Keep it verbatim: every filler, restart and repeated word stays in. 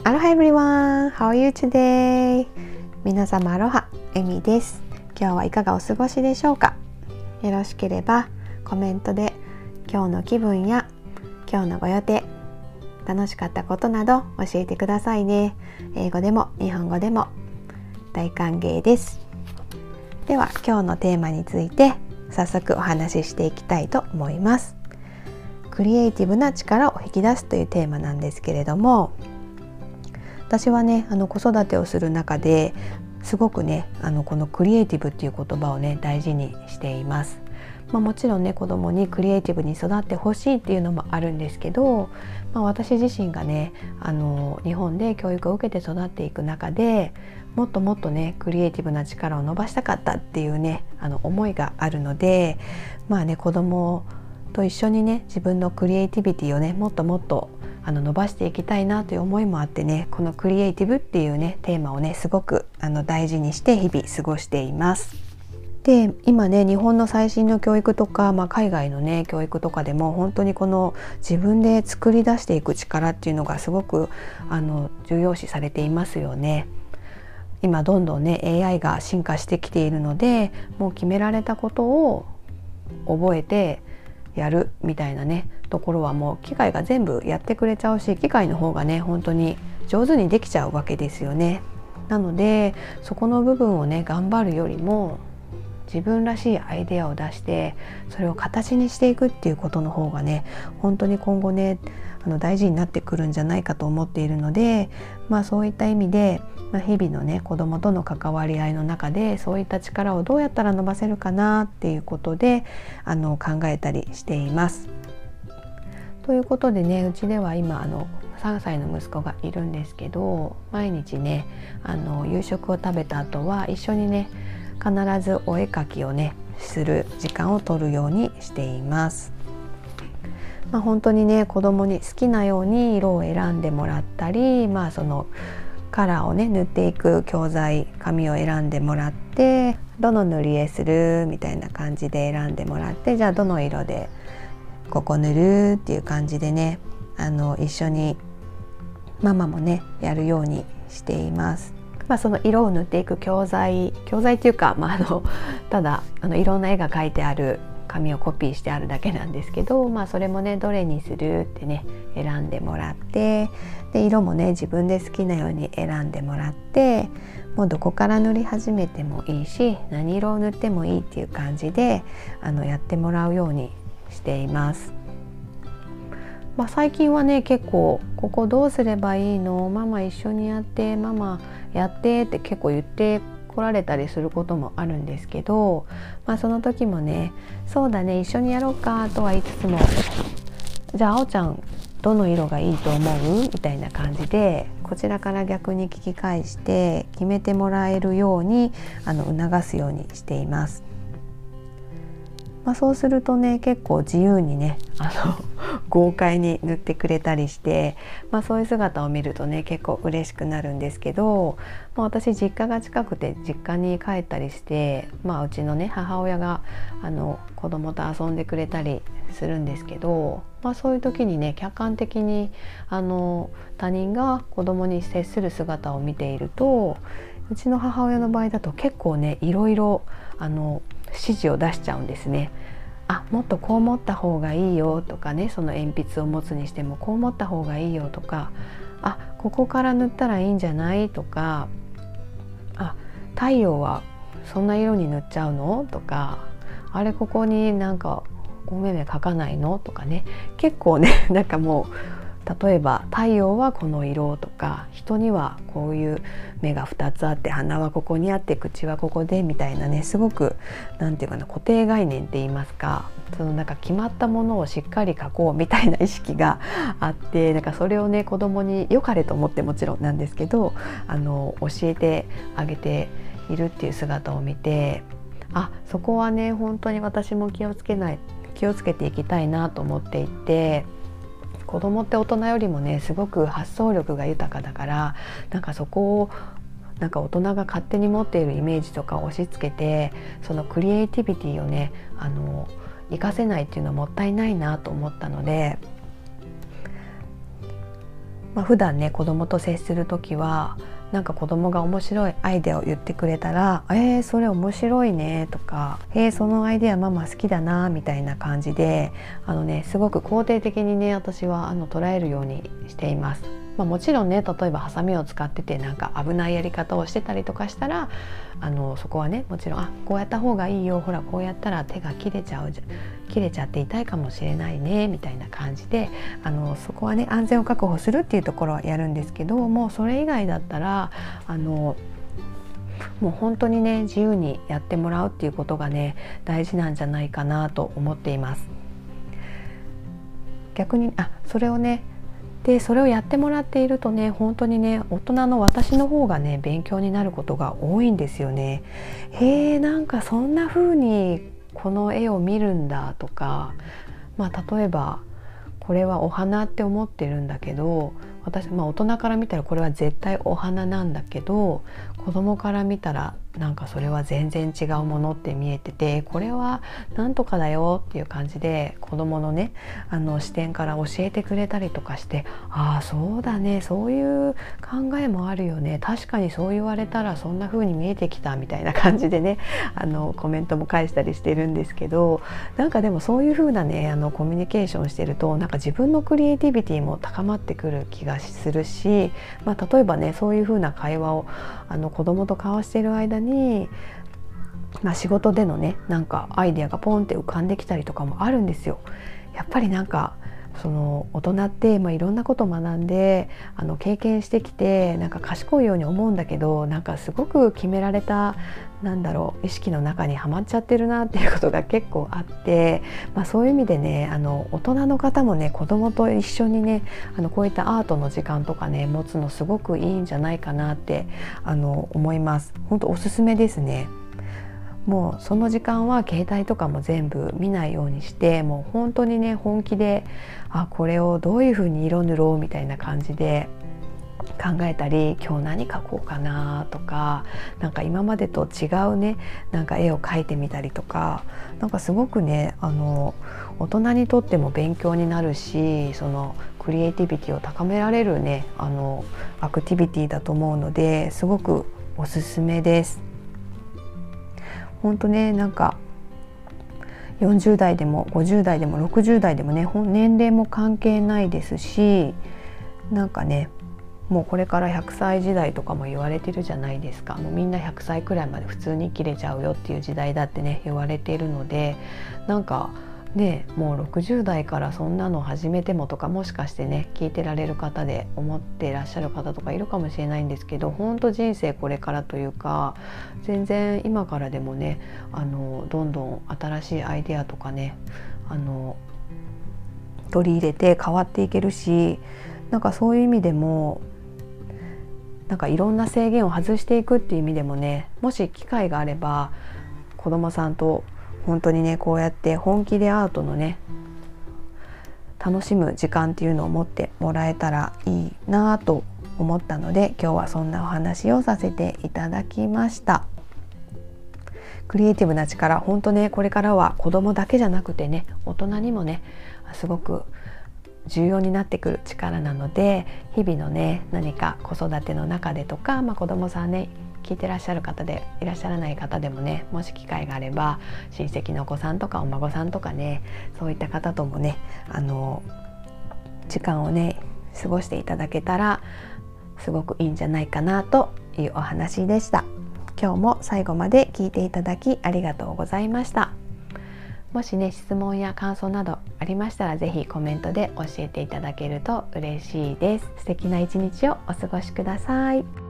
アロハエブリワン How are you today? 皆様アロハ、エミです。今日はいかがお過ごしでしょうか。よろしければコメントで今日の気分や今日のご予定、楽しかったことなど教えてくださいね。英語でも日本語でも大歓迎です。では今日のテーマについて早速お話ししていきたいと思います。クリエイティブな力を引き出すというテーマなんですけれども、私はねあの子育てをする中ですごくねあのこのクリエイティブっていう言葉をね大事にしています。まあ、もちろんね子供にクリエイティブに育ってほしいっていうのもあるんですけど、まあ、私自身がねあの日本で教育を受けて育っていく中でもっともっとねクリエイティブな力を伸ばしたかったっていうねあの思いがあるので、まあね子供と一緒にね自分のクリエイティビティをねもっともっとあの伸ばしていきたいなという思いもあってね、このクリエイティブっていうねテーマをねすごくあの大事にして日々過ごしています。で今ね日本の最新の教育とか、まあ、海外のね教育とかでも本当にこの自分で作り出していく力っていうのがすごくあの重要視されていますよね。今どんどんね エーアイ が進化してきているので、もう決められたことを覚えてやるみたいなねところはもう機械が全部やってくれちゃうし、機械の方がね本当に上手にできちゃうわけですよね。なのでそこの部分をね頑張るよりも自分らしいアイデアを出してそれを形にしていくっていうことの方がね本当に今後ねあの大事になってくるんじゃないかと思っているので、まあそういった意味で、まあ、日々のね子供との関わり合いの中でそういった力をどうやったら伸ばせるかなっていうことであの考えたりしています。ということでねうちでは今あのさんさいの息子がいるんですけど、毎日ねあの夕食を食べた後は一緒にね必ずお絵描きをねする時間を取るようにしています。まあ、本当にね子供に好きなように色を選んでもらったり、まあそのカラーをね塗っていく教材紙を選んでもらって、どの塗り絵するみたいな感じで選んでもらって、じゃあどの色でここ塗るっていう感じでねあの一緒にママもねやるようにしています。まあ、その色を塗っていく教材教材っていうか、まあ、あのただあのいろんな絵が描いてある紙をコピーしてあるだけなんですけど、まあ、それもねどれにするってね選んでもらって、で色もね自分で好きなように選んでもらって、もうどこから塗り始めてもいいし何色を塗ってもいいっていう感じであのやってもらうようにしています。まあ、最近はね結構ここどうすればいいの、ママ一緒にやって、ママやってって結構言って来られたりすることもあるんですけど、まあ、その時もねそうだね一緒にやろうかとは言いつつも、じゃああおちゃんどの色がいいと思うみたいな感じでこちらから逆に聞き返して決めてもらえるようにあの促すようにしています。まあ、そうするとね結構自由にねあの豪快に塗ってくれたりして、まあ、そういう姿を見るとね結構嬉しくなるんですけど、まあ、私実家が近くて実家に帰ったりして、まあ、うちのね母親があの子供と遊んでくれたりするんですけど、まあ、そういう時にね客観的にあの他人が子供に接する姿を見ていると、うちの母親の場合だと結構ねいろいろあの指示を出しちゃうんですね。あ、もっとこう持った方がいいよとかね、その鉛筆を持つにしてもこう持った方がいいよとか、あ、ここから塗ったらいいんじゃないとか、あ、太陽はそんな色に塗っちゃうのとか、あれここになんかお目目描かないのとかね、結構ねなんかもう例えば太陽はこの色とか、人にはこういう目がふたつあって鼻はここにあって口はここでみたいなね、すごくなんていうかな固定概念って言いますか、そのなんか決まったものをしっかり描こうみたいな意識があって、なんかそれをね子供に良かれと思ってもちろんなんですけどあの教えてあげているっていう姿を見て、あ、そこはね本当に私も気をつけない気をつけていきたいなと思っていて、子供って大人よりもねすごく発想力が豊かだから、なんかそこをなんか大人が勝手に持っているイメージとかを押し付けて、そのクリエイティビティをねあの活かせないっていうのはもったいないなと思ったので、 まあ、普段ね子供と接する時はなんか子供が面白いアイデアを言ってくれたら「えー、それ面白いね」とか「えー、そのアイデアママ好きだな」みたいな感じであのねすごく肯定的にね私はあの捉えるようにしています。まあ、もちろんね例えばハサミを使っててなんか危ないやり方をしてたりとかしたらあのそこはねもちろん「あこうやった方がいいよほらこうやったら手が切れちゃうじゃ切れちゃって痛いかもしれないね」みたいな感じであのそこはね安全を確保するっていうところはやるんですけどもうそれ以外だったらあのもう本当にね自由にやってもらうっていうことがね大事なんじゃないかなと思っています。逆にあそれをねでそれをやってもらっているとね本当にね大人の私の方がね勉強になることが多いんですよね。へえなんかそんな風にこの絵を見るんだとか、まあ、例えばこれはお花って思ってるんだけど私、まあ、大人から見たらこれは絶対お花なんだけど子供から見たらなんかそれは全然違うものって見えててこれはなんとかだよっていう感じで子供のねあの視点から教えてくれたりとかしてああそうだねそういう考えもあるよね確かにそう言われたらそんな風に見えてきたみたいな感じでねあのコメントも返したりしてるんですけどなんかでもそういう風なねあのコミュニケーションしてるとなんか自分のクリエイティビティも高まってくる気がするし、まあ、例えばねそういう風な会話をあの子供と交わしている間に、まあ、仕事でのねなんかアイデアがポンって浮かんできたりとかもあるんですよ。やっぱりなんかその大人って、まあ、いろんなことを学んであの経験してきてなんか賢いように思うんだけどなんかすごく決められたなんだろう意識の中にはまっちゃってるなっていうことが結構あって、まあ、そういう意味でねあの大人の方もね子供と一緒にねあのこういったアートの時間とかね持つのすごくいいんじゃないかなってあの思います。本当おすすめですね。もうその時間は携帯とかも全部見ないようにしてもう本当にね本気であこれをどういう風に色塗ろうみたいな感じで考えたり今日何描こうかなとかなんか今までと違うねなんか絵を描いてみたりとかなんかすごくねあの大人にとっても勉強になるしそのクリエイティビティを高められるねあのアクティビティだと思うのですごくおすすめです。本当ねなんかよんじゅう代でもごじゅう代でもろくじゅう代でもね年齢も関係ないですしなんかねもうこれからひゃくさい時代とかも言われてるじゃないですか。もうみんなひゃくさいくらいまで普通に生きれちゃうよっていう時代だってね言われているのでなんかねもうろくじゅう代からそんなの始めてもとかもしかしてね聞いてられる方で思ってらっしゃる方とかいるかもしれないんですけど本当人生これからというか全然今からでもねあのどんどん新しいアイデアとかねあの取り入れて変わっていけるしなんかそういう意味でもなんかいろんな制限を外していくっていう意味でもねもし機会があれば子どもさんと本当にねこうやって本気でアートのね楽しむ時間っていうのを持ってもらえたらいいなと思ったので今日はそんなお話をさせていただきました。クリエイティブな力本当ねこれからは子どもだけじゃなくてね大人にもねすごく重要になってくる力なので日々のね何か子育ての中でとか、まあ、子どもさんね聞いてらっしゃる方でいらっしゃらない方でもねもし機会があれば親戚のお子さんとかお孫さんとかねそういった方ともねあの時間をね過ごしていただけたらすごくいいんじゃないかなというお話でした。今日も最後まで聞いていただきありがとうございました。もしね質問や感想などありましたらぜひコメントで教えていただけると嬉しいです。素敵な一日をお過ごしください。